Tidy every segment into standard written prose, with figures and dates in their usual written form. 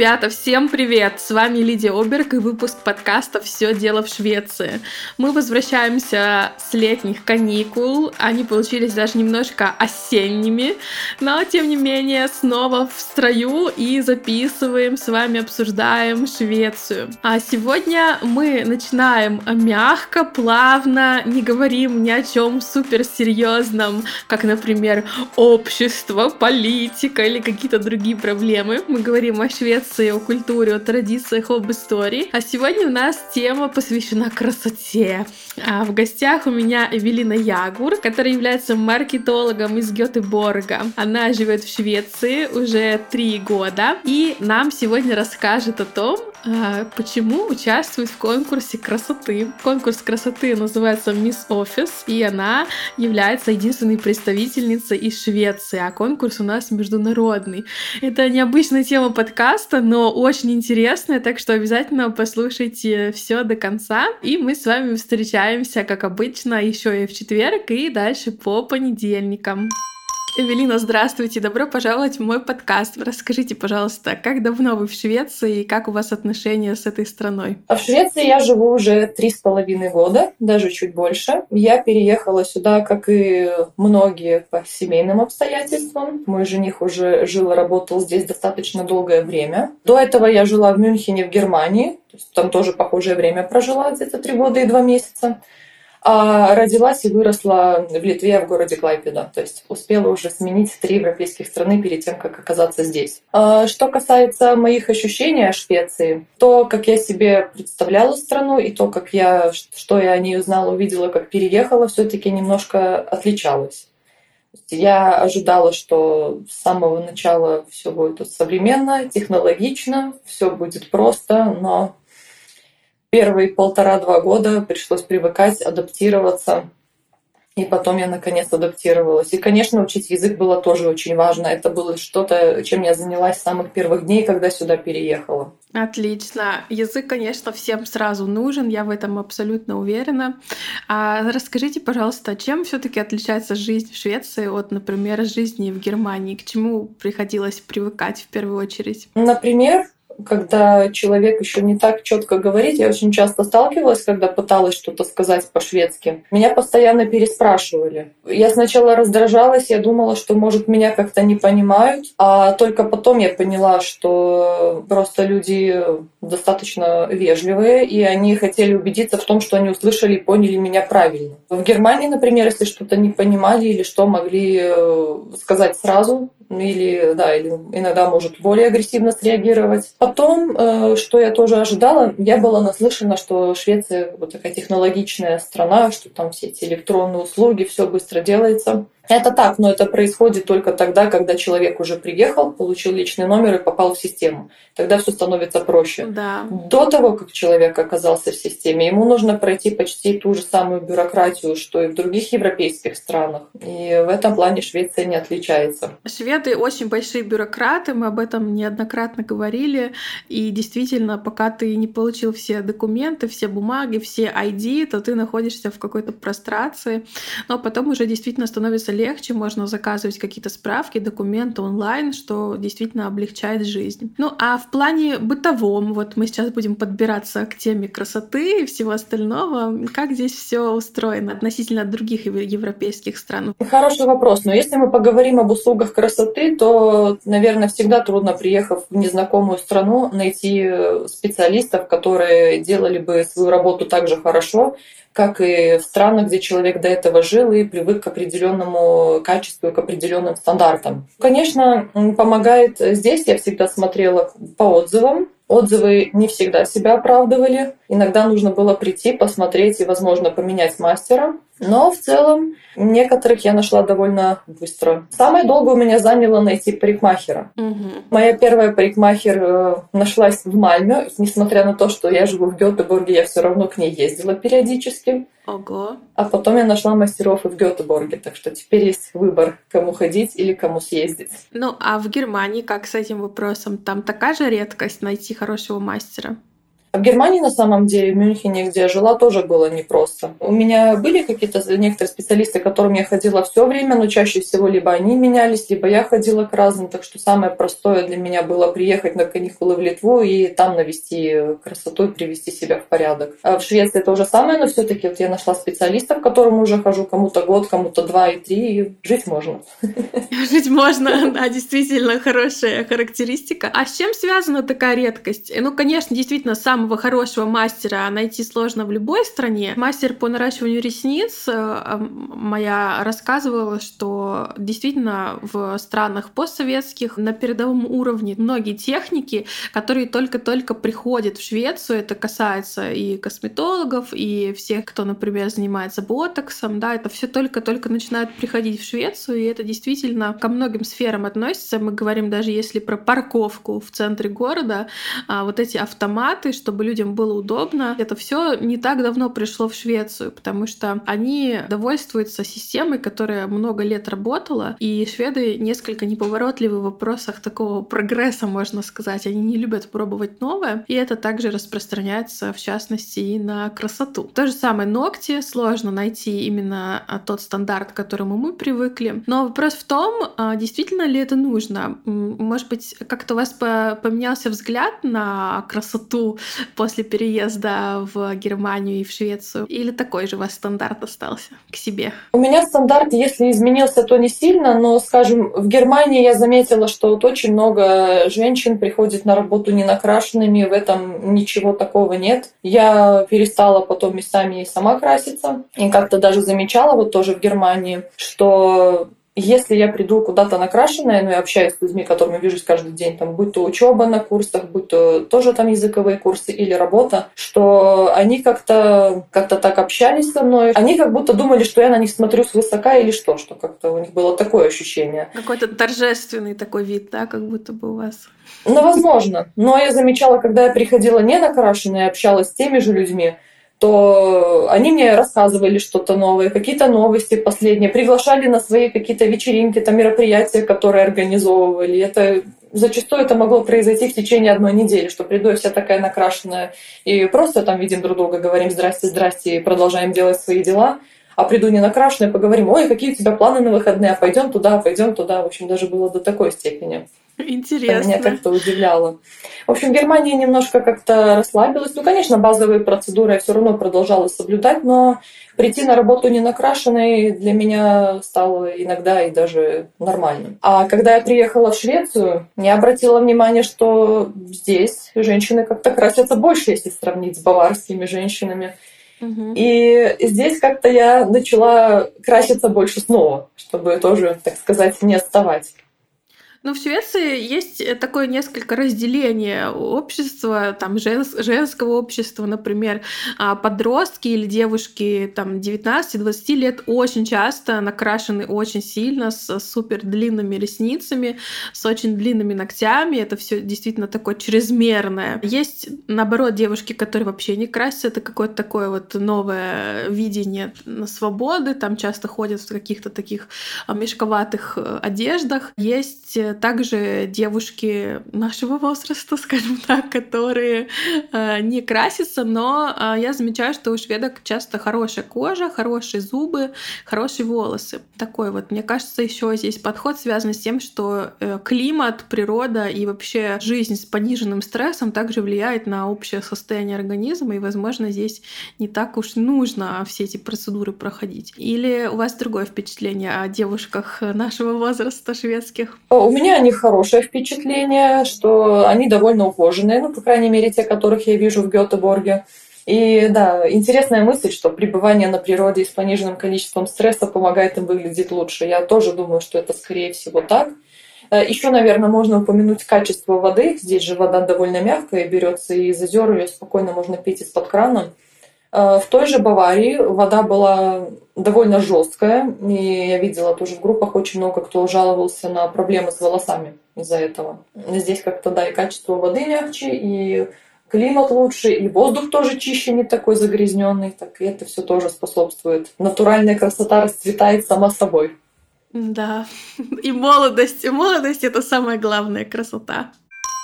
Ребята, всем привет! С вами Лидия Оберг и выпуск подкаста «Все дело в Швеции». Мы возвращаемся с летних каникул. Они получились даже немножко осенними, но тем не менее снова в строю и записываем, с вами обсуждаем Швецию. А сегодня мы начинаем мягко, плавно, не говорим ни о чем суперсерьезном, как, например, общество, политика или какие-то другие проблемы. Мы говорим о Швеции, о культуре, о традициях, об истории. А сегодня у нас тема посвящена красоте. В гостях у меня Эвелина Ягур, которая является маркетологом из Гетеборга. Она живет в Швеции уже 3 года и нам сегодня расскажет о том, почему участвует в конкурсе красоты. Конкурс красоты называется Miss Office, и она является единственной представительницей из Швеции, а конкурс у нас международный. Это необычная тема подкаста, но очень интересная, так что обязательно послушайте все до конца. И мы с вами встречаемся, как обычно, еще и в четверг, и дальше по понедельникам. Эвелина, здравствуйте, добро пожаловать в мой подкаст. Расскажите, пожалуйста, как давно вы в Швеции и как у вас отношения с этой страной? В Швеции я живу уже 3,5 года, даже чуть больше. Я переехала сюда, как и многие, по семейным обстоятельствам. Мой жених уже жил и работал здесь достаточно долгое время. До этого я жила в Мюнхене, в Германии. Там тоже похожее время прожила, где-то 3 года и 2 месяца. А родилась и выросла в Литве, в городе Клайпеда. То есть успела уже сменить 3 европейских страны перед тем, как оказаться здесь. Что касается моих ощущений о Швеции, то, как я себе представляла страну, и то, что я о ней узнала, увидела, как переехала, все-таки немножко отличалось. Я ожидала, что с самого начала все будет современно, технологично, все будет просто, но первые 1,5-2 года пришлось привыкать, адаптироваться. И потом я, наконец, адаптировалась. И, конечно, учить язык было тоже очень важно. Это было что-то, чем я занялась с самых первых дней, когда сюда переехала. Отлично. Язык, конечно, всем сразу нужен, я в этом абсолютно уверена. Расскажите, пожалуйста, чем все-таки отличается жизнь в Швеции от, например, жизни в Германии? К чему приходилось привыкать в первую очередь? Например, когда человек еще не так четко говорит, я очень часто сталкивалась, когда пыталась что-то сказать по-шведски. Меня постоянно переспрашивали. Я сначала раздражалась, я думала, что, может, меня как-то не понимают, а только потом я поняла, что просто люди достаточно вежливые, и они хотели убедиться в том, что они услышали и поняли меня правильно. В Германии, например, если что-то не понимали или что, могли сказать сразу, или иногда, может, более агрессивно среагировать. Потом, что я тоже ожидала, я была наслышана, что Швеция вот такая технологичная страна, что там все эти электронные услуги, все быстро делается. Это так, но это происходит только тогда, когда человек уже приехал, получил личный номер и попал в систему. Тогда все становится проще. Да. До того, как человек оказался в системе, ему нужно пройти почти ту же самую бюрократию, что и в других европейских странах. И в этом плане Швеция не отличается. Шведы очень большие бюрократы, мы об этом неоднократно говорили. И действительно, пока ты не получил все документы, все бумаги, все ID, то ты находишься в какой-то прострации. Но потом уже действительно становится легче, можно заказывать какие-то справки, документы онлайн, что действительно облегчает жизнь. Ну а в плане бытовом, вот мы сейчас будем подбираться к теме красоты и всего остального, как здесь все устроено относительно других европейских стран? Хороший вопрос, но если мы поговорим об услугах красоты, то, наверное, всегда трудно, приехав в незнакомую страну, найти специалистов, которые делали бы свою работу так же хорошо, как и в странах, где человек до этого жил и привык к определенному качеству, к определенным стандартам. Конечно, помогает здесь, я всегда смотрела по отзывам. Отзывы не всегда себя оправдывали. Иногда нужно было прийти, посмотреть и, возможно, поменять мастера. Но в целом некоторых я нашла довольно быстро. Самое долгое у меня заняло найти парикмахера. Моя первая парикмахер нашлась в Мальме. Несмотря на то, что я живу в Гетеборге, я все равно к ней ездила периодически. Ого. А потом я нашла мастеров и в Гетеборге. Так что теперь есть выбор, кому ходить или кому съездить. Ну а в Германии как с этим вопросом? Там такая же редкость найти хорошего мастера? А в Германии, на самом деле, в Мюнхене, где я жила, тоже было непросто. У меня были какие-то некоторые специалисты, к которым я ходила все время, но чаще всего либо они менялись, либо я ходила к разным. Так что самое простое для меня было приехать на каникулы в Литву и там навести красоту и привести себя в порядок. А в Швеции то же самое, но все-таки вот я нашла специалиста, к которому уже хожу, кому-то год, кому-то 2 и 3, и жить можно. Жить можно, да, действительно хорошая характеристика. А с чем связана такая редкость? Ну, конечно, действительно, самого хорошего мастера найти сложно в любой стране. Мастер по наращиванию ресниц моя рассказывала, что действительно в странах постсоветских на передовом уровне многие техники, которые только-только приходят в Швецию, это касается и косметологов, и всех, кто, например, занимается ботоксом, да, это все только-только начинают приходить в Швецию, и это действительно ко многим сферам относится. Мы говорим даже если про парковку в центре города, вот эти автоматы, чтобы людям было удобно, это все не так давно пришло в Швецию, потому что они довольствуются системой, которая много лет работала, и шведы несколько неповоротливы в вопросах такого прогресса, можно сказать. Они не любят пробовать новое, и это также распространяется, в частности, и на красоту. То же самое ногти. Сложно найти именно тот стандарт, к которому мы привыкли. Но вопрос в том, действительно ли это нужно. Может быть, как-то у вас поменялся взгляд на красоту после переезда в Германию и в Швецию? Или такой же у вас стандарт остался к себе? У меня стандарт, если изменился, то не сильно, но, скажем, в Германии я заметила, что вот очень много женщин приходит на работу не накрашенными, в этом ничего такого нет. Я перестала потом местами и сама краситься, и как-то даже замечала, вот тоже в Германии, что если я приду куда-то накрашенная, но я общаюсь с людьми, которыми вижусь каждый день, там, будь то учеба на курсах, будь то тоже там языковые курсы или работа, что они как-то так общались со мной. Они как будто думали, что я на них смотрю свысока или что как-то у них было такое ощущение. Какой-то торжественный такой вид, да, как будто бы у вас. Ну, возможно. Но я замечала, когда я приходила не накрашенная и общалась с теми же людьми, то они мне рассказывали что-то новое, какие-то новости последние, приглашали на свои какие-то вечеринки, там, мероприятия, которые организовывали. Зачастую это могло произойти в течение одной недели, что приду я вся такая накрашенная, и просто там видим друг друга, говорим «здрасте, здрасте» и продолжаем делать свои дела. А приду не накрашенная, поговорим «ой, какие у тебя планы на выходные, а пойдем туда, пойдем туда». В общем, даже было до такой степени. Интересно. Это меня как-то удивляло. В общем, Германия немножко как-то расслабилась. Ну, конечно, базовые процедуры я все равно продолжала соблюдать, но прийти на работу не накрашенной для меня стало иногда и даже нормальным. А когда я приехала в Швецию, я обратила внимание, что здесь женщины как-то красятся больше, если сравнить с баварскими женщинами. И здесь как-то я начала краситься больше снова, чтобы тоже, так сказать, не отставать. Ну, в Швеции есть такое несколько разделение общества, там, женского общества, например, подростки или девушки там 19-20 лет очень часто накрашены очень сильно, с супер длинными ресницами, с очень длинными ногтями, это все действительно такое чрезмерное. Есть, наоборот, девушки, которые вообще не красятся, это какое-то такое вот новое видение свободы, там часто ходят в каких-то таких мешковатых одеждах. Есть также девушки нашего возраста, скажем так, которые не красятся, но я замечаю, что у шведок часто хорошая кожа, хорошие зубы, хорошие волосы. Такой вот, мне кажется, еще здесь подход связан с тем, что климат, природа и вообще жизнь с пониженным стрессом также влияет на общее состояние организма, и, возможно, здесь не так уж нужно все эти процедуры проходить. Или у вас другое впечатление о девушках нашего возраста шведских? У меня о них хорошее впечатление, что они довольно ухоженные, ну, по крайней мере, те, которых я вижу в Гётеборге. И да, интересная мысль, что пребывание на природе с пониженным количеством стресса помогает им выглядеть лучше. Я тоже думаю, что это скорее всего так. Еще, наверное, можно упомянуть качество воды. Здесь же вода довольно мягкая, берется из озер, ее спокойно можно пить из-под крана. В той же Баварии вода была довольно жесткая, и я видела тоже в группах очень много кто жаловался на проблемы с волосами из-за этого. Здесь как-то, да, и качество воды мягче, и климат лучше, и воздух тоже чище, не такой загрязненный, так и это все тоже способствует. Натуральная красота расцветает сама собой. Да, и молодость. Молодость — это самая главная красота.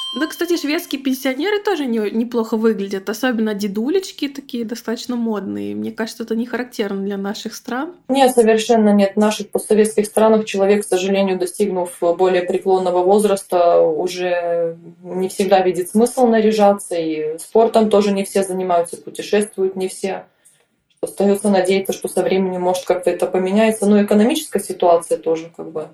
Да, кстати, шведские пенсионеры тоже неплохо выглядят, особенно дедулечки такие достаточно модные. Мне кажется, это не характерно для наших стран. Нет, совершенно нет. В наших постсоветских странах человек, к сожалению, достигнув более преклонного возраста, уже не всегда видит смысл наряжаться, и спортом тоже не все занимаются, путешествуют не все. Остается надеяться, что со временем может как-то это поменяется. Но экономическая ситуация тоже как бы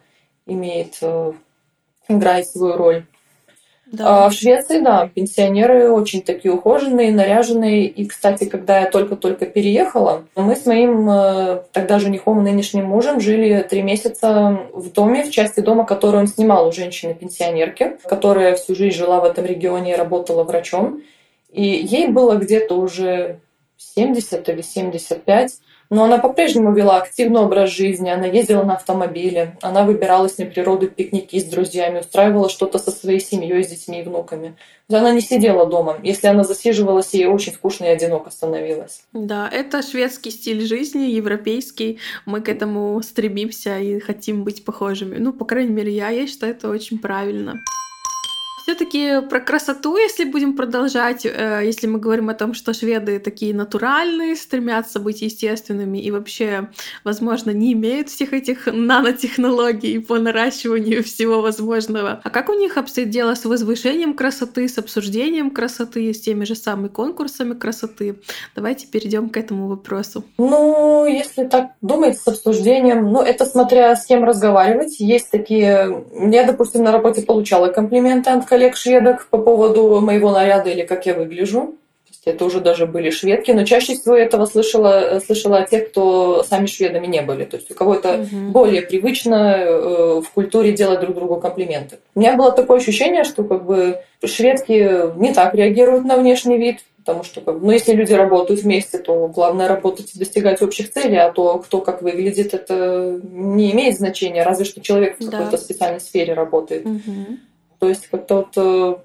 играет свою роль. Да. В Швеции, да, пенсионеры очень такие ухоженные, наряженные. И, кстати, когда я только-только переехала, мы с моим тогда женихом, нынешним мужем, жили 3 месяца в доме, в части дома, который он снимал у женщины-пенсионерки, которая всю жизнь жила в этом регионе и работала врачом. И ей было где-то уже 70 или 75. Но она по-прежнему вела активный образ жизни, она ездила на автомобиле, она выбиралась на природу, пикники с друзьями, устраивала что-то со своей семьей, с детьми и внуками. Она не сидела дома. Если она засиживалась, ей очень скучно и одиноко становилось. Да, это шведский стиль жизни, европейский. Мы к этому стремимся и хотим быть похожими. Ну, по крайней мере, я считаю, это очень правильно. Все-таки про красоту, если будем продолжать, если мы говорим о том, что шведы такие натуральные, стремятся быть естественными и вообще, возможно, не имеют всех этих нанотехнологий по наращиванию всего возможного. А как у них обстоит дело с возвышением красоты, с обсуждением красоты, с теми же самыми конкурсами красоты? Давайте перейдем к этому вопросу. Ну, если так думать с обсуждением, ну, это смотря с кем разговаривать. Есть такие... Я, допустим, на работе получала комплименты от коллег-шведок по поводу моего наряда или как я выгляжу. Это уже даже были шведки, но чаще всего я этого слышала от тех, кто сами шведами не были. То есть у кого-то более привычно в культуре делать друг другу комплименты. У меня было такое ощущение, что как бы шведки не так реагируют на внешний вид, потому что ну, если люди работают вместе, то главное работать и достигать общих целей, а то, кто как выглядит, это не имеет значения, разве что человек в какой-то специальной сфере работает. То есть как-то вот...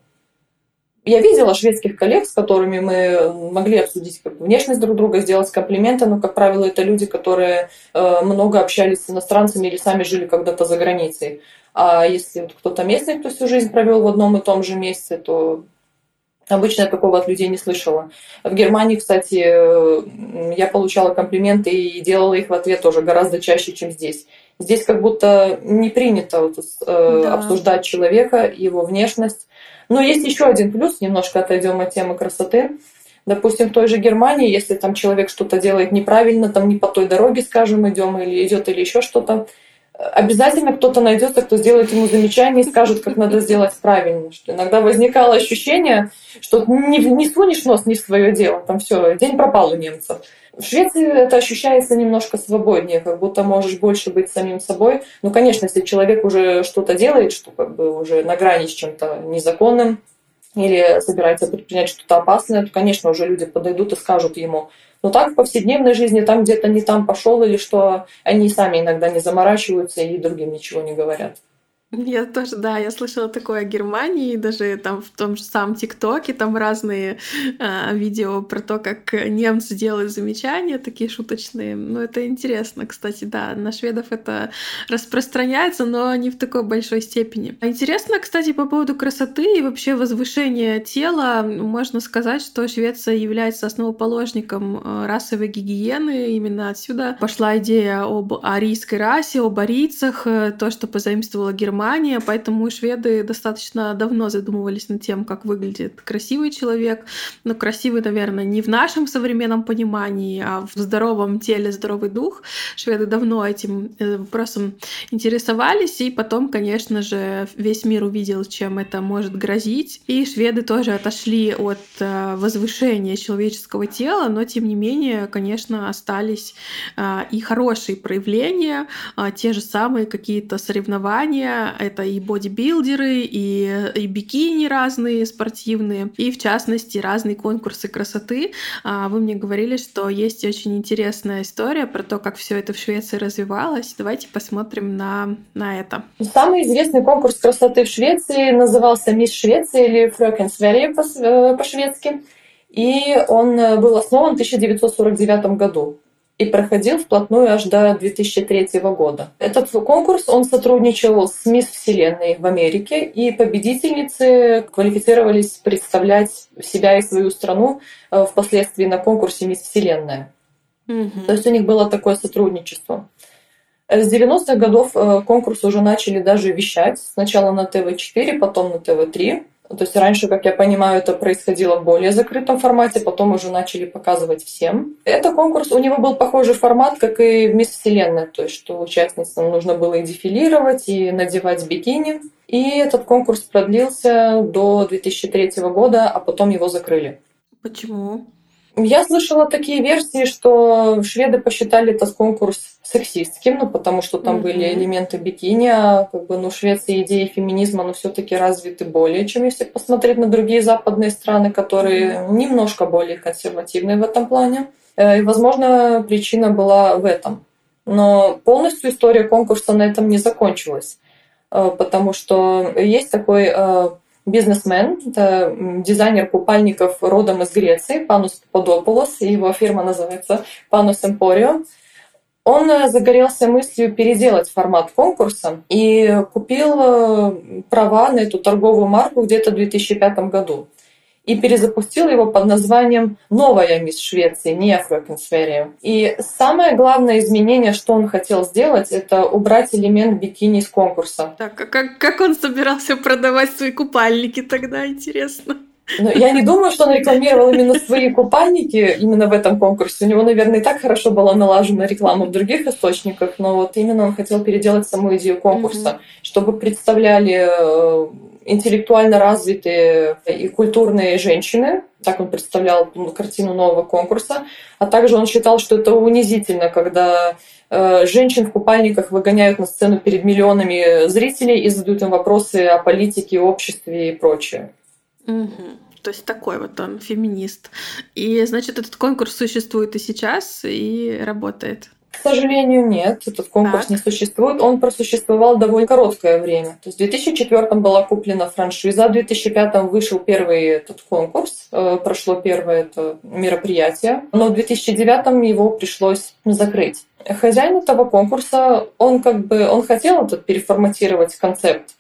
Я видела шведских коллег, с которыми мы могли обсудить как внешность друг друга, сделать комплименты, но, как правило, это люди, которые много общались с иностранцами или сами жили когда-то за границей. А если вот кто-то местный, кто всю жизнь провел в одном и том же месте, то обычно я такого от людей не слышала. В Германии, кстати, я получала комплименты и делала их в ответ тоже гораздо чаще, чем здесь. Здесь как будто не принято вот, обсуждать человека, его внешность. Но есть еще один плюс, немножко отойдем от темы красоты. Допустим, в той же Германии, если там человек что-то делает неправильно, там не по той дороге, скажем, идем или идет или еще что-то, обязательно кто-то найдется, кто сделает ему замечание и скажет, как надо сделать правильно. Что иногда возникало ощущение, что не сунешь нос не в свое дело, там все, день пропал у немцев. В Швеции это ощущается немножко свободнее, как будто можешь больше быть самим собой. Ну, конечно, если человек уже что-то делает, что как бы уже на грани с чем-то незаконным или собирается предпринять что-то опасное, то, конечно, уже люди подойдут и скажут ему. Но так в повседневной жизни там где-то не там пошел или что, они сами иногда не заморачиваются и другим ничего не говорят. Я тоже, да, я слышала такое о Германии, даже там в том же самом ТикТоке, там разные видео про то, как немцы делают замечания, такие шуточные. Ну, это интересно, кстати, да, на шведов это распространяется, но не в такой большой степени. Интересно, кстати, по поводу красоты и вообще возвышения тела, можно сказать, что Швеция является основоположником расовой гигиены, именно отсюда пошла идея об арийской расе, об арийцах, то, что позаимствовала Германия, поэтому шведы достаточно давно задумывались над тем, как выглядит красивый человек. Но красивый, наверное, не в нашем современном понимании, а в здоровом теле здоровый дух. Шведы давно этим вопросом интересовались, и потом, конечно же, весь мир увидел, чем это может грозить. И шведы тоже отошли от возвышения человеческого тела, но, тем не менее, конечно, остались и хорошие проявления, те же самые какие-то соревнования, это и бодибилдеры, и бикини разные спортивные, и в частности разные конкурсы красоты. Вы мне говорили, что есть очень интересная история про то, как все это в Швеции развивалось. Давайте посмотрим на это. Самый известный конкурс красоты в Швеции назывался «Мисс Швеция» или «Fröken Sverige» по-шведски. И он был основан в 1949 году. и проходил вплотную аж до 2003 года. Этот конкурс, он сотрудничал с «Мисс Вселенной» в Америке, и победительницы квалифицировались представлять себя и свою страну впоследствии на конкурсе «Мисс Вселенная». То есть у них было такое сотрудничество. С 90-х годов конкурс уже начали даже вещать. Сначала на ТВ-4, потом на ТВ-3. То есть раньше, как я понимаю, это происходило в более закрытом формате, потом уже начали показывать всем. Это конкурс, у него был похожий формат, как и в «Мисс Вселенная», то есть что участницам нужно было и дефилировать, и надевать бикини. И этот конкурс продлился до 2003 года, а потом его закрыли. Почему? Я слышала такие версии, что шведы посчитали этот конкурс сексистским, потому что там были элементы бикини, а в Швеции идеи феминизма все-таки развиты более, чем если посмотреть на другие западные страны, которые немножко более консервативные в этом плане. И, возможно, причина была в этом. Но полностью история конкурса на этом не закончилась, потому что есть такой бизнесмен, это дизайнер купальников родом из Греции, Панус Пападопулос, и его фирма называется Панус Эмпорио. Он загорелся мыслью переделать формат конкурса и купил права на эту торговую марку где-то в 2005 году. И перезапустил его под названием «Новая мисс Швеции», не Фрöken. И самое главное изменение, что он хотел сделать, это убрать элемент бикини из конкурса. Так, а как он собирался продавать свои купальники тогда, интересно? Но я не думаю, что он рекламировал именно свои купальники именно в этом конкурсе. У него, наверное, и так хорошо была налажена реклама в других источниках, но вот именно он хотел переделать саму идею конкурса, чтобы представляли интеллектуально развитые и культурные женщины. Так он представлял картину нового конкурса. А также он считал, что это унизительно, когда женщин в купальниках выгоняют на сцену перед миллионами зрителей и задают им вопросы о политике, обществе и прочее. То есть такой вот он феминист. И, значит, этот конкурс существует и сейчас, и работает. К сожалению, нет, этот конкурс не существует. Он просуществовал довольно короткое время. То есть в 2004 была куплена франшиза, в 2005 вышел первый этот конкурс, прошло первое это мероприятие, но в 2009 его пришлось закрыть. Хозяин этого конкурса, он хотел переформатировать концепт,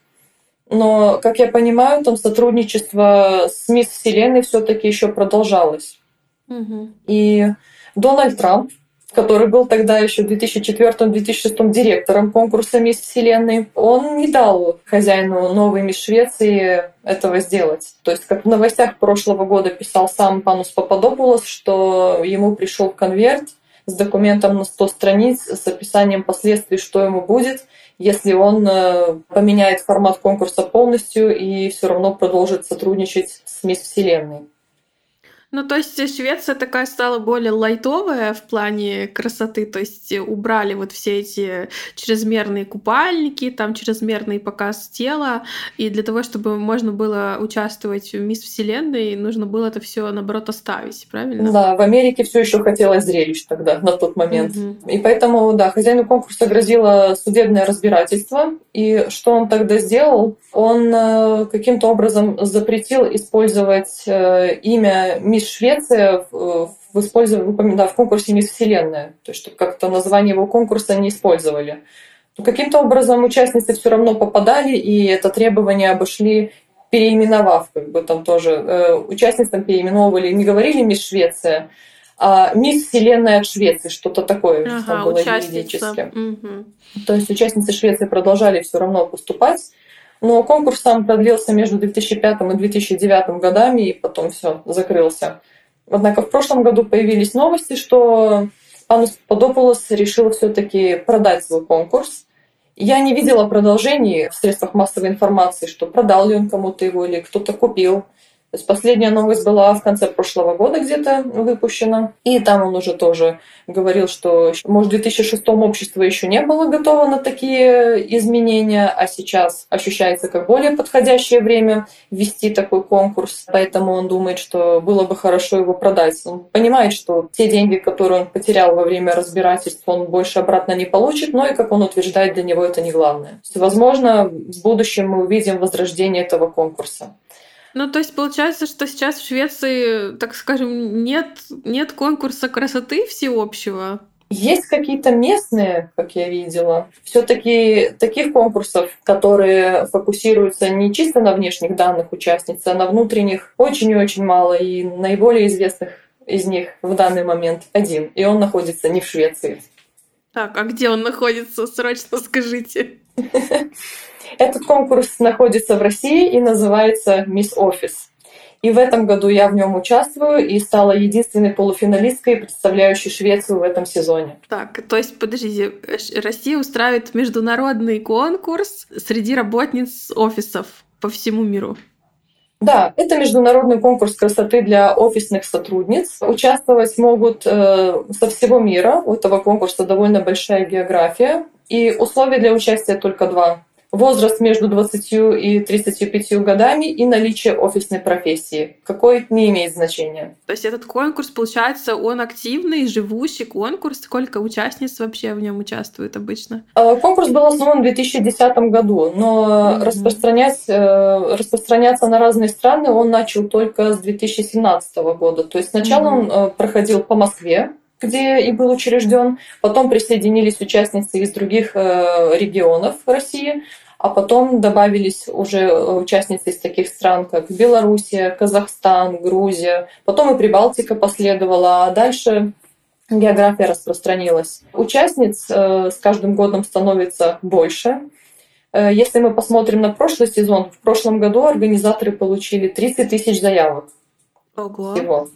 но, как я понимаю, там сотрудничество с «Мисс Вселенной» все-таки еще продолжалось. И Дональд Трамп, который был тогда еще в 2004-2006 директором конкурса «Мисс Вселенной», он не дал хозяину новой «Мисс Швеции» этого сделать. То есть, как в новостях прошлого года писал сам Панус Пападопулос, что ему пришел конверт с документом на 100 страниц с описанием последствий, что ему будет, если он поменяет формат конкурса полностью и все равно продолжит сотрудничать с «Мисс Вселенной». Ну, то есть Швеция такая стала более лайтовая в плане красоты, то есть убрали вот все эти чрезмерные купальники, там чрезмерный показ тела, и для того, чтобы можно было участвовать в «Мисс Вселенной», нужно было это все наоборот оставить, правильно? Да, в Америке все еще хотелось зрелищ тогда, на тот момент. И поэтому, да, хозяину конкурса грозило судебное разбирательство. И что он тогда сделал? Он каким-то образом запретил использовать имя «Мисс Швеция» в конкурсе «Мисс Вселенная». То есть, чтобы как-то название его конкурса не использовали. Но каким-то образом участницы все равно попадали, и это требование обошли, переименовав, там тоже участницам переименовывали, не говорили «Мисс Швеция», а «Мисс Вселенная от Швеции», что-то такое там было юридически. То есть участницы Швеции продолжали все равно поступать, но конкурс сам продлился между 2005 и 2009 годами, и потом все закрылся. Однако в прошлом году появились новости, что Панус Пападопулос решил все-таки продать свой конкурс. Я не видела продолжений в средствах массовой информации, что продал ли он кому-то его или кто-то купил. То есть последняя новость была в конце прошлого года где-то выпущена. И там он уже тоже говорил, что, может, в 2006 общество еще не было готово на такие изменения, а сейчас ощущается как более подходящее время ввести такой конкурс. Поэтому он думает, что было бы хорошо его продать. Он понимает, что те деньги, которые он потерял во время разбирательств, он больше обратно не получит, но и, как он утверждает, для него это не главное. То есть, возможно, в будущем мы увидим возрождение этого конкурса. Ну, то есть получается, что сейчас в Швеции, так скажем, нет конкурса красоты всеобщего, Есть какие-то местные, как я видела. Все-таки таких конкурсов, которые фокусируются не чисто на внешних данных участниц, а на внутренних, очень и очень мало. И наиболее известных из них в данный момент один. И он находится не в Швеции. Так, а где он находится? Срочно скажите. Этот конкурс находится в России и называется «Мисс Офис». И в этом году я в нем участвую и стала единственной полуфиналисткой, представляющей Швецию в этом сезоне. Так, то есть, подождите, Россия устраивает международный конкурс среди работниц офисов по всему миру. Да, это международный конкурс красоты для офисных сотрудниц. Участвовать могут со всего мира. У этого конкурса довольно большая география. И условия для участия только два. Возраст между 20 и 35 годами и наличие офисной профессии. Какой не имеет значения. То есть этот конкурс, получается, он активный, живущий конкурс. Сколько участниц вообще в нем участвует обычно? Конкурс был основан в 2010 году, но распространяться на разные страны он начал только с 2017 года. То есть сначала он проходил по Москве, где и был учрежден, потом присоединились участницы из других регионов России, а потом добавились уже участницы из таких стран, как Белоруссия, Казахстан, Грузия, потом и Прибалтика последовала, а дальше география распространилась. Участниц с каждым годом становится больше. Если мы посмотрим на прошлый сезон, в прошлом году организаторы получили 30 тысяч заявок. Ого. Всего.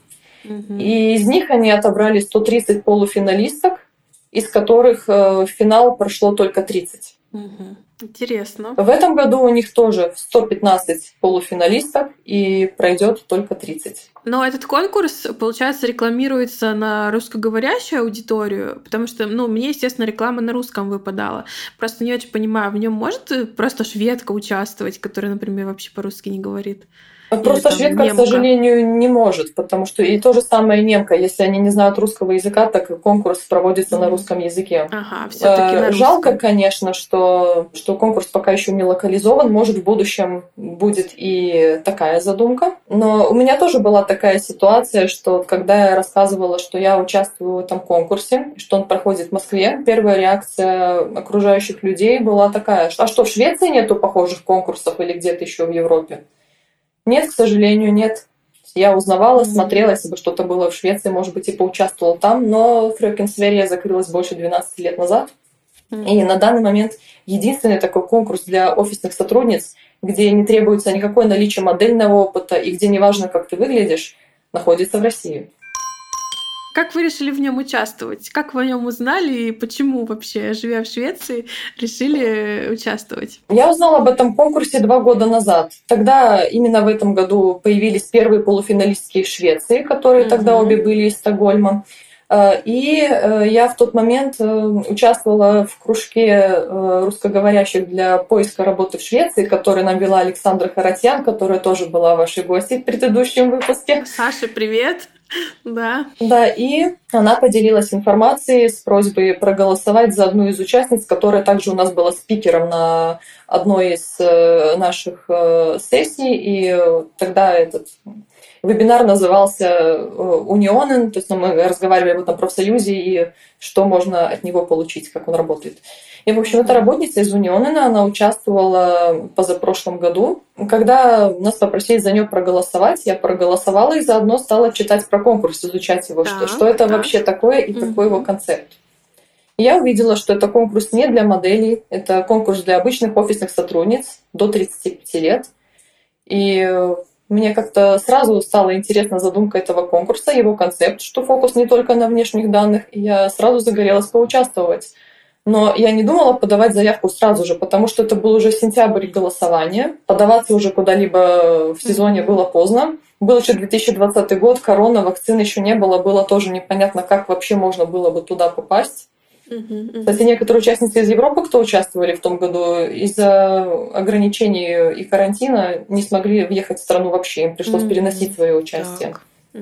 И из них они отобрали 130 полуфиналисток, из которых в финал прошло только 30. Интересно. В этом году у них тоже 115 полуфиналисток, и пройдет только 30. Но этот конкурс, получается, рекламируется на русскоговорящую аудиторию, потому что, мне, естественно, реклама на русском выпадала. Просто не очень понимаю, в нем может просто шведка участвовать, которая, например, вообще по-русски не говорит? Просто шведка, немка, к сожалению, не может, потому что и то же самое немка. Если они не знают русского языка, так конкурс проводится на русском языке. Ага, всё-таки на русском. Жалко, конечно, что конкурс пока еще не локализован. Может, в будущем будет и такая задумка. Но у меня тоже была такая ситуация, что когда я рассказывала, что я участвую в этом конкурсе, что он проходит в Москве, первая реакция окружающих людей была такая: а что, в Швеции нету похожих конкурсов или где-то еще в Европе? Нет, к сожалению, нет. Я узнавала, смотрела, если бы что-то было в Швеции, может быть, и поучаствовала там, но Фрёкинсверия закрылась больше 12 лет назад. И на данный момент единственный такой конкурс для офисных сотрудниц, где не требуется никакое наличие модельного опыта и где не важно, как ты выглядишь, находится в России. Как вы решили в нем участвовать? Как вы о нем узнали и почему вообще, живя в Швеции, решили участвовать? Я узнала об этом конкурсе 2 года назад. Тогда, именно в этом году, появились первые полуфиналистки из Швеции, которые тогда обе были из Стокгольма. И я в тот момент участвовала в кружке русскоговорящих для поиска работы в Швеции, который нам вела Александра Харатьян, которая тоже была вашей гостьей в предыдущем выпуске. Саша, привет! Да. Да, и она поделилась информацией с просьбой проголосовать за одну из участниц, которая также у нас была спикером на одной из наших сессий. И тогда этот вебинар назывался «Унионен», то есть мы разговаривали об этом профсоюзе и что можно от него получить, как он работает. И, в общем, эта работница из Унионена, она участвовала позапрошлом году. Когда нас попросили за нее проголосовать, я проголосовала и заодно стала читать про конкурс, изучать его, что это вообще такое и какой его концепт. И я увидела, что это конкурс не для моделей, это конкурс для обычных офисных сотрудниц до 35 лет. И мне как-то сразу стала интересна задумка этого конкурса, его концепт, что фокус не только на внешних данных, и я сразу загорелась поучаствовать. Но я не думала подавать заявку сразу же, потому что это был уже сентябрь голосования. Подаваться уже куда-либо в сезоне было поздно. Был еще 2020 год, корона, вакцин еще не было, было тоже непонятно, как вообще можно было бы туда попасть. Кстати, некоторые участницы из Европы, кто участвовали в том году, из-за ограничений и карантина не смогли въехать в страну вообще, им пришлось переносить свое участие.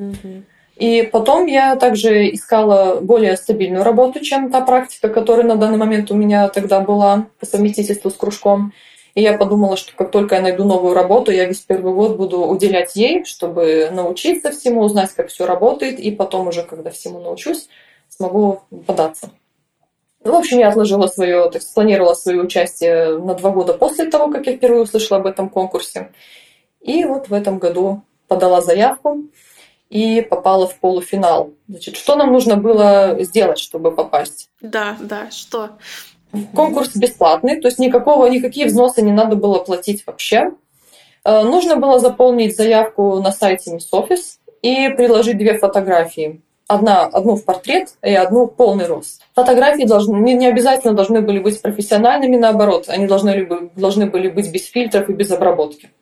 И потом я также искала более стабильную работу, чем та практика, которая на данный момент у меня тогда была по совместительству с кружком. И я подумала, что как только я найду новую работу, я весь первый год буду уделять ей, чтобы научиться всему, узнать, как все работает, и потом уже, когда всему научусь, смогу податься. В общем, я спланировала свое участие на 2 года после того, как я впервые услышала об этом конкурсе. И вот в этом году подала заявку и попала в полуфинал. Значит, что нам нужно было сделать, чтобы попасть? Да, что? Конкурс бесплатный, то есть никакие взносы не надо было платить вообще. Нужно было заполнить заявку на сайте Miss Office и приложить 2 фотографии. Одну в портрет и одну в полный рост. Фотографии не обязательно должны были быть профессиональными, наоборот, они должны были быть без фильтров и без обработки.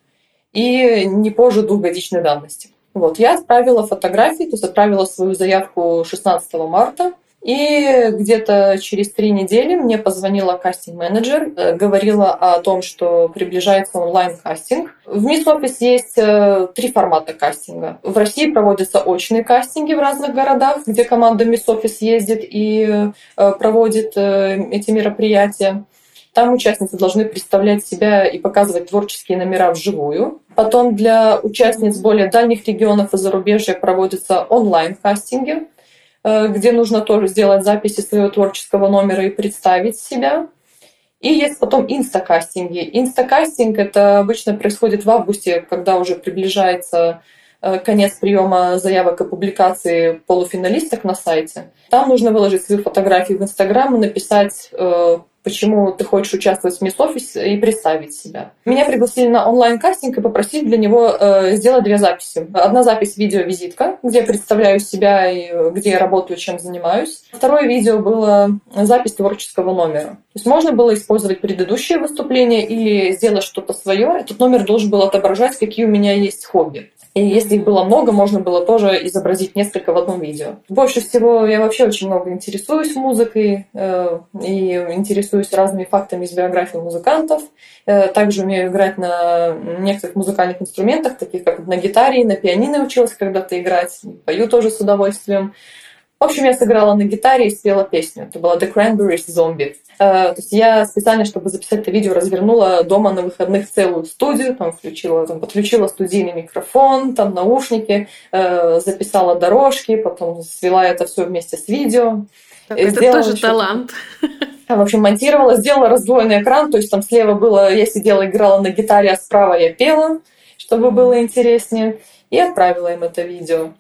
И не позже 2-годичной давности. Вот, я отправила фотографии, то есть отправила свою заявку 16 марта. И где-то через 3 недели мне позвонила кастинг-менеджер, говорила о том, что приближается онлайн-кастинг. В Miss Office есть 3 формата кастинга. В России проводятся очные кастинги в разных городах, где команда Miss Office ездит и проводит эти мероприятия. Там участницы должны представлять себя и показывать творческие номера вживую. Потом для участниц более дальних регионов и зарубежья проводятся онлайн-кастинги, где нужно тоже сделать записи своего творческого номера и представить себя. И есть потом инстакастинги. Инстакастинг — это обычно происходит в августе, когда уже приближается конец приема заявок и публикации полуфиналисток на сайте. Там нужно выложить свою фотографию в Инстаграм и написать, почему ты хочешь участвовать в Miss Office и представить себя. Меня пригласили на онлайн-кастинг и попросили для него сделать 2 записи. Одна запись — видео-визитка, где я представляю себя и где я работаю, чем занимаюсь. Второе видео было запись творческого номера. То есть можно было использовать предыдущие выступления или сделать что-то свое. Этот номер должен был отображать, какие у меня есть хобби. И если их было много, можно было тоже изобразить несколько в одном видео. Больше всего я вообще очень много интересуюсь музыкой и интересуюсь разными фактами из биографии музыкантов. Также умею играть на некоторых музыкальных инструментах, таких как на гитаре, на пианино училась когда-то играть. Пою тоже с удовольствием. В общем, я сыграла на гитаре и спела песню. Это была The Cranberries Zombie. То есть я специально, чтобы записать это видео, развернула дома на выходных целую студию, подключила студийный микрофон, наушники, записала дорожки, потом свела это все вместе с видео. Так, это тоже талант. В общем, монтировала, сделала раздвоенный экран, то есть там слева было, я сидела, играла на гитаре, а справа я пела, чтобы было интереснее, и отправила им это видео.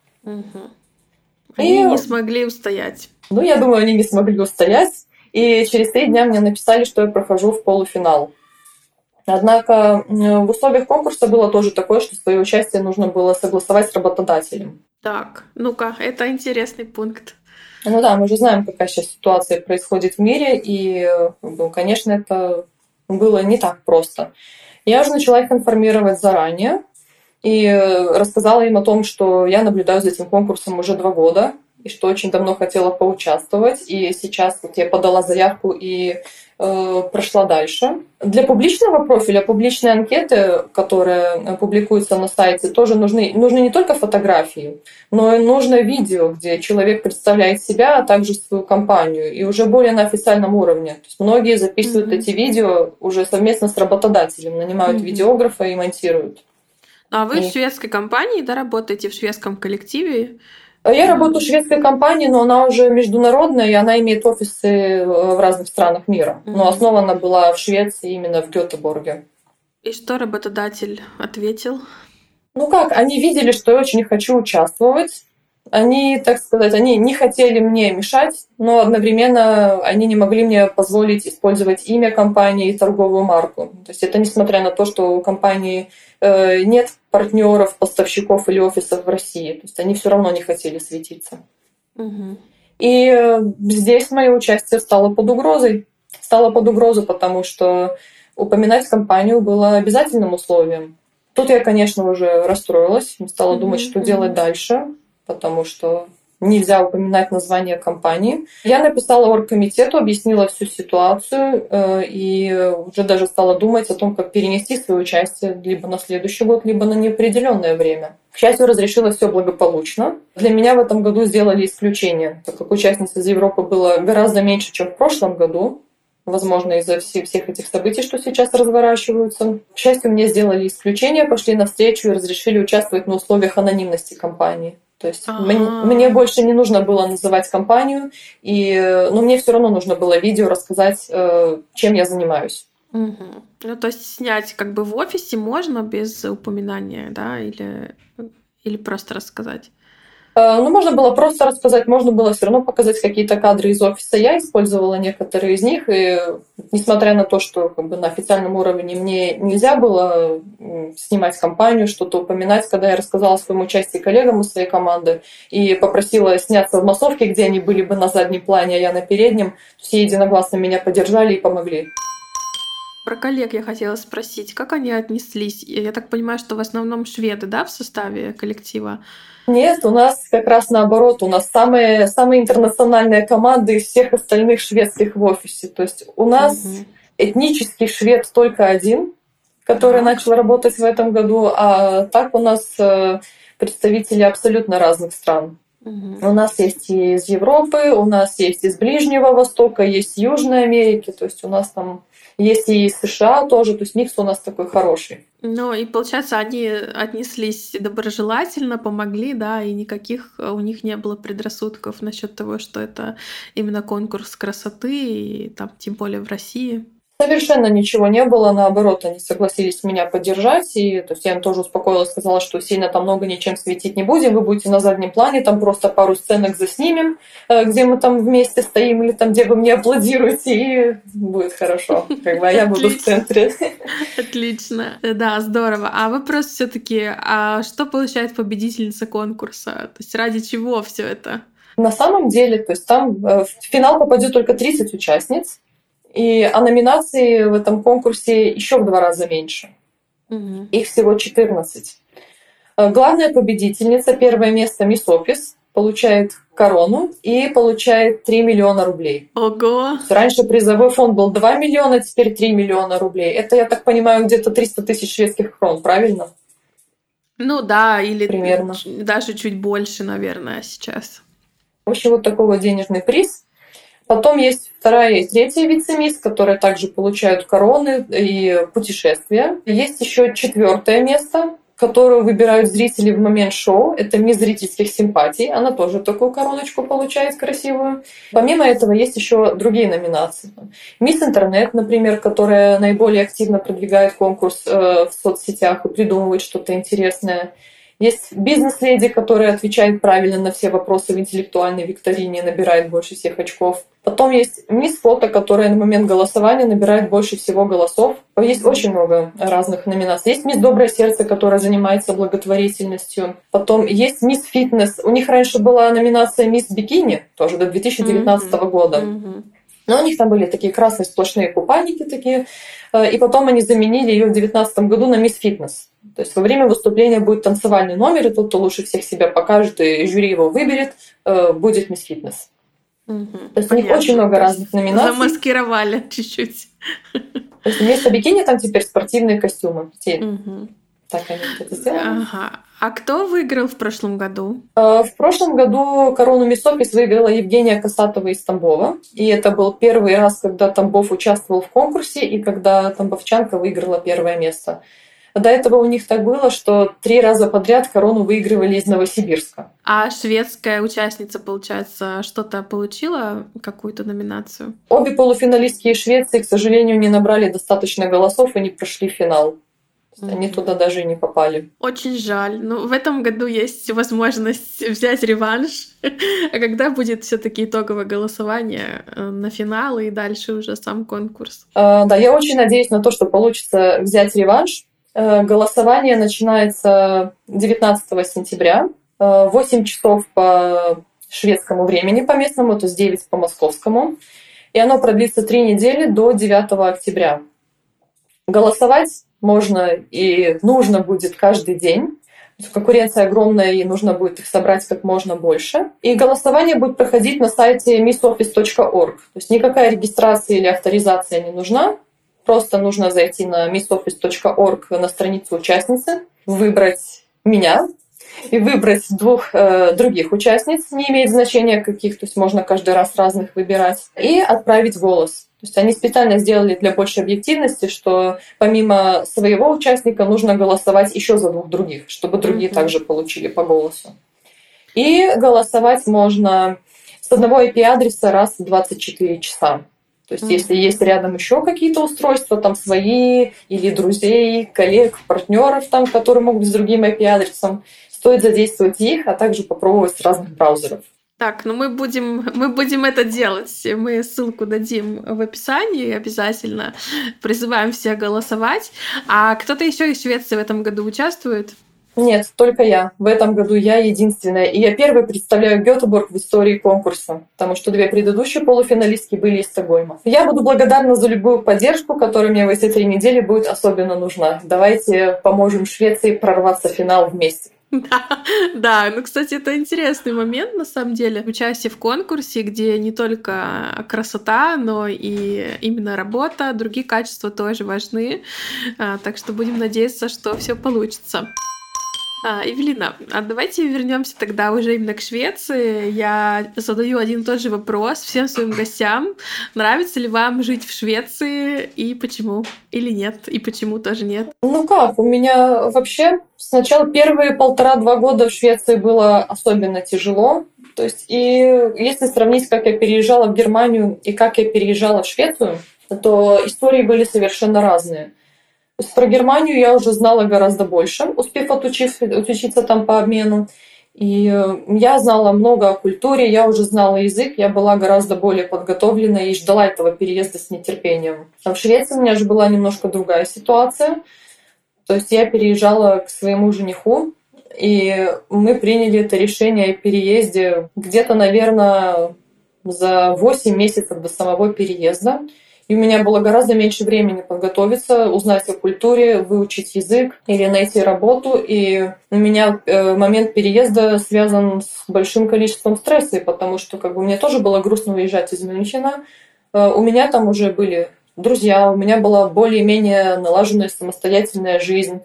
Они не смогли устоять. Я думаю, они не смогли устоять. И через 3 дня мне написали, что я прохожу в полуфинал. Однако в условиях конкурса было тоже такое, что свое участие нужно было согласовать с работодателем. Так, ну-ка, это интересный пункт. Мы же знаем, какая сейчас ситуация происходит в мире, и, конечно, это было не так просто. Я уже начала их информировать заранее и рассказала им о том, что я наблюдаю за этим конкурсом уже 2 года, и что очень давно хотела поучаствовать. И сейчас я подала заявку и прошла дальше. Для публичного профиля, публичной анкеты, которая публикуется на сайте, тоже нужны не только фотографии, но и нужно видео, где человек представляет себя, а также свою компанию, и уже более на официальном уровне. То есть многие записывают эти видео уже совместно с работодателем, нанимают видеографа и монтируют. А вы в шведской компании, работаете в шведском коллективе? Я работаю в шведской компании, но она уже международная, и она имеет офисы в разных странах мира. Но основана была в Швеции, именно в Гетеборге. И что работодатель ответил? Они видели, что я очень хочу участвовать. Они, так сказать, они не хотели мне мешать, но одновременно они не могли мне позволить использовать имя компании и торговую марку. То есть это несмотря на то, что у компании нет партнеров, поставщиков или офисов в России. То есть они все равно не хотели светиться. И здесь мое участие стало под угрозой. Потому что упоминать компанию было обязательным условием. Тут я, конечно, уже расстроилась, стала думать, что делать дальше, потому что нельзя упоминать название компании. Я написала оргкомитету, объяснила всю ситуацию и уже даже стала думать о том, как перенести свое участие либо на следующий год, либо на неопределенное время. К счастью, разрешилось все благополучно. Для меня в этом году сделали исключение, так как участниц из Европы было гораздо меньше, чем в прошлом году. Возможно, из-за всех этих событий, что сейчас разворачиваются. К счастью, мне сделали исключение, пошли навстречу и разрешили участвовать на условиях анонимности компании. То есть мне Ага. больше не нужно было называть компанию, но мне все равно нужно было видео рассказать, чем я занимаюсь. Мгм. Ну, то есть снять как бы в офисе можно без упоминания, да, или просто рассказать? Ну, можно было просто рассказать, можно было все равно показать какие-то кадры из офиса. Я использовала некоторые из них, и несмотря на то, что как бы на официальном уровне мне нельзя было снимать компанию, что-то упоминать, когда я рассказала о своем участии коллегам из своей команды и попросила сняться в массовке, где они были бы на заднем плане, а я на переднем, все единогласно меня поддержали и помогли. Про коллег я хотела спросить, как они отнеслись? Я так понимаю, что в основном шведы, да, в составе коллектива? Нет, у нас как раз наоборот, у нас самая интернациональная команда из всех остальных шведских в офисе. То есть у нас Мгм. этнический швед только один, который Так. начал работать в этом году, а так у нас представители абсолютно разных стран. Мгм. У нас есть и из Европы, у нас есть из Ближнего Востока, есть из Южной Америки, то есть у нас там есть и из США тоже, то есть микс у нас такой хороший. Ну и получается, они отнеслись доброжелательно, помогли, да, и никаких у них не было предрассудков насчет того, что это именно конкурс красоты, и там, тем более в России. Совершенно ничего не было, наоборот, они согласились меня поддержать, и то есть я им тоже успокоила, сказала, что сильно там много ничем светить не будем, вы будете на заднем плане, там просто пару сценок заснимем, где мы там вместе стоим, или там, где вы мне аплодируете, и будет хорошо, как бы, а я буду в Отлично, центре. отлично. Да, здорово. А вопрос все-таки, а что получает победительница конкурса? То есть ради чего все это? На самом деле, то есть там в финал попадет только 30 участниц, а номинаций в этом конкурсе еще в 2 раза меньше. Мгм. Их всего 14. Главная победительница, первое место Мисс Офис, получает корону и получает 3 миллиона рублей. Ого! Раньше призовой фонд был 2 миллиона, теперь 3 миллиона рублей. Это, я так понимаю, где-то 300 тысяч шведских крон, правильно? Ну да, или Примерно. даже чуть больше, наверное, сейчас. В общем, вот такой вот денежный приз. Потом есть вторая и третья вице-мисс, которые также получают короны и путешествия. Есть еще четвертое место, которую выбирают зрители в момент шоу. Это мисс зрительских симпатий. Она тоже такую короночку получает красивую. Помимо этого есть еще другие номинации. Мисс Интернет, например, которая наиболее активно продвигает конкурс в соцсетях и придумывает что-то интересное. Есть бизнес-леди, которая отвечает правильно на все вопросы в интеллектуальной викторине, набирает больше всех очков. Потом есть мисс Фото, которая на момент голосования набирает больше всего голосов. Есть очень много разных номинаций. Есть мисс Доброе Сердце, которая занимается благотворительностью. Потом есть мисс Фитнес. У них раньше была номинация мисс Бикини, тоже до 2019 Мгм. года. Мгм. Но у них там были такие красные сплошные купальники такие. И потом они заменили ее в 2019 году на мисс Фитнес. То есть во время выступления будет танцевальный номер, и тот, кто лучше всех себя покажет, и жюри его выберет, будет мисс Фитнес. Мгм. То есть у них очень Понятно. много То есть разных номинаций. замаскировали чуть-чуть. То есть вместо бикини там теперь спортивные костюмы. Мгм. Так они вот это сделали. Ага. А кто выиграл в прошлом году? В прошлом году корону Мисс Офис выиграла Евгения Касатова из Тамбова. И это был первый раз, когда Тамбов участвовал в конкурсе и когда тамбовчанка выиграла первое место. До этого у них так было, что 3 раза подряд корону выигрывали из Новосибирска. А шведская участница, получается, что-то получила, какую-то номинацию? Обе полуфиналистки из Швеции, к сожалению, не набрали достаточно голосов и не прошли финал. Они Мгм. туда даже и не попали. Очень жаль. Ну, в этом году есть возможность взять реванш. А когда будет все-таки итоговое голосование на финал и дальше уже сам конкурс? Да, я очень надеюсь на то, что получится взять реванш. Голосование начинается 19 сентября, 8 часов по шведскому времени по местному, то есть 9 по московскому. И оно продлится 3 недели до 9 октября. Голосовать можно и нужно будет каждый день. Конкуренция огромная, и нужно будет их собрать как можно больше. И голосование будет проходить на сайте missoffice.org. То есть никакая регистрация или авторизация не нужна. Просто нужно зайти на missoffice.org на страницу участницы, выбрать меня и выбрать 2 других участниц, не имеет значения каких, то есть можно каждый раз разных выбирать, и отправить голос. То есть они специально сделали для большей объективности, что помимо своего участника нужно голосовать еще за 2 других, чтобы другие Мгм. также получили по голосу. И голосовать можно с одного IP-адреса раз в 24 часа. То есть, если есть рядом еще какие-то устройства, там свои или друзей, коллег, партнеров, там, которые могут быть с другим IP-адресом, стоит задействовать их, а также попробовать с разных браузеров. Так, ну мы будем это делать. Мы ссылку дадим в описании обязательно. Призываем всех голосовать. А кто-то еще из Швеции в этом году участвует? Нет, только я. В этом году я единственная. И я первой представляю Гётеборг в истории конкурса, потому что 2 предыдущие полуфиналистки были из Стокгольма. Я буду благодарна за любую поддержку, которая мне в эти 3 недели будет особенно нужна. Давайте поможем Швеции прорваться в финал вместе. Да, ну, кстати, это интересный момент, на самом деле, участие в конкурсе, где не только красота, но и именно работа, другие качества тоже важны, так что будем надеяться, что все получится. Эвелина, а давайте вернемся тогда уже именно к Швеции. Я задаю один и тот же вопрос всем своим гостям. Нравится ли вам жить в Швеции и почему? Или нет? И почему тоже нет? Ну как, у меня вообще сначала первые 1,5-2 года в Швеции было особенно тяжело. То есть, и если сравнить, как я переезжала в Германию и как я переезжала в Швецию, то истории были совершенно разные. То есть про Германию я уже знала гораздо больше, успев отучиться там по обмену. И я знала много о культуре, я уже знала язык, я была гораздо более подготовлена и ждала этого переезда с нетерпением. А в Швеции у меня же была немножко другая ситуация. То есть я переезжала к своему жениху, и мы приняли это решение о переезде где-то, наверное, за 8 месяцев до самого переезда. И у меня было гораздо меньше времени подготовиться, узнать о культуре, выучить язык или найти работу. И у меня момент переезда связан с большим количеством стресса, потому что мне тоже было грустно уезжать из Мюнхена. У меня там уже были друзья, у меня была более-менее налаженная самостоятельная жизнь.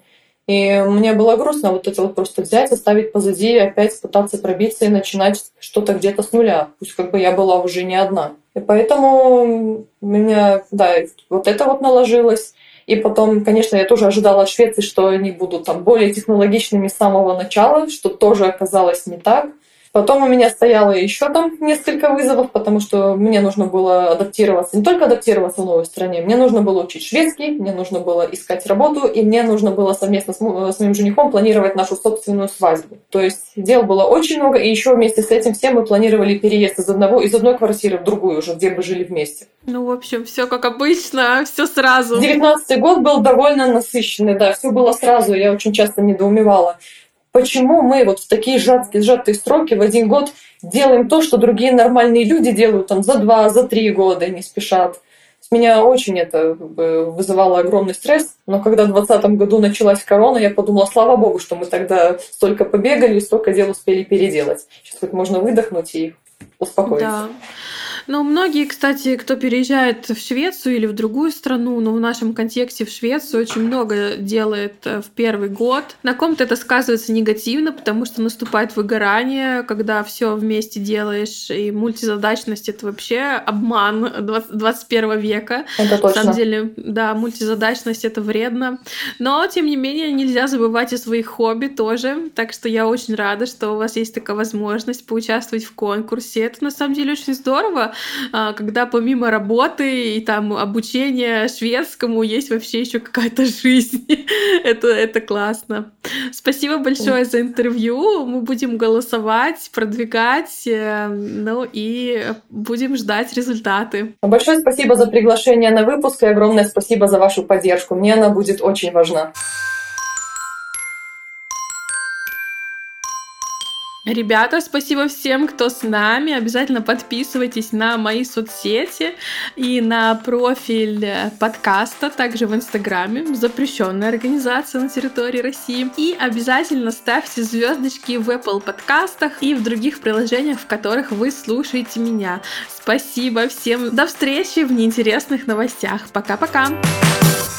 И мне было грустно вот это вот просто взять, оставить позади и опять пытаться пробиться и начинать что-то где-то с нуля. Пусть я была уже не одна. И поэтому у меня, да, вот это вот наложилось. И потом, конечно, я тоже ожидала от Швеции, что они будут там более технологичными с самого начала, что тоже оказалось не так. Потом у меня стояло еще там несколько вызовов, потому что мне нужно было адаптироваться, не только адаптироваться в новой стране, мне нужно было учить шведский, мне нужно было искать работу, и мне нужно было совместно с моим женихом планировать нашу собственную свадьбу. То есть дел было очень много, и еще вместе с этим всем мы планировали переезд из одной квартиры в другую уже, где бы жили вместе. Ну, в общем, все как обычно, все сразу. 19-й год был довольно насыщенный, да, все было сразу, я очень часто недоумевала. Почему мы вот в такие сжатые сроки в один год делаем то, что другие нормальные люди делают там за 2, за 3 года, не спешат? Меня очень это вызывало огромный стресс, но когда в 2020 году началась корона, я подумала, слава богу, что мы тогда столько побегали и столько дел успели переделать. Сейчас хоть можно выдохнуть и успокоиться. Да. Ну, многие, кстати, кто переезжает в Швецию или в другую страну, но в нашем контексте в Швецию очень много делает в первый год. На ком-то это сказывается негативно, потому что наступает выгорание, когда все вместе делаешь, и мультизадачность — это вообще обман 21 века. Это точно. На самом деле, да, мультизадачность — это вредно. Но, тем не менее, нельзя забывать о своих хобби тоже, так что я очень рада, что у вас есть такая возможность поучаствовать в конкурсе. Это, на самом деле, очень здорово, когда помимо работы и там обучения шведскому есть вообще еще какая-то жизнь. это классно. Спасибо большое за интервью. Мы будем голосовать, продвигать, ну и будем ждать результаты. Большое спасибо за приглашение на выпуск и огромное спасибо за вашу поддержку. Мне она будет очень важна. Ребята, спасибо всем, кто с нами. Обязательно подписывайтесь на мои соцсети и на профиль подкаста, также в Инстаграме, запрещенная организация на территории России. И обязательно ставьте звездочки в Apple подкастах и в других приложениях, в которых вы слушаете меня. Спасибо всем. До встречи в неинтересных новостях. Пока-пока.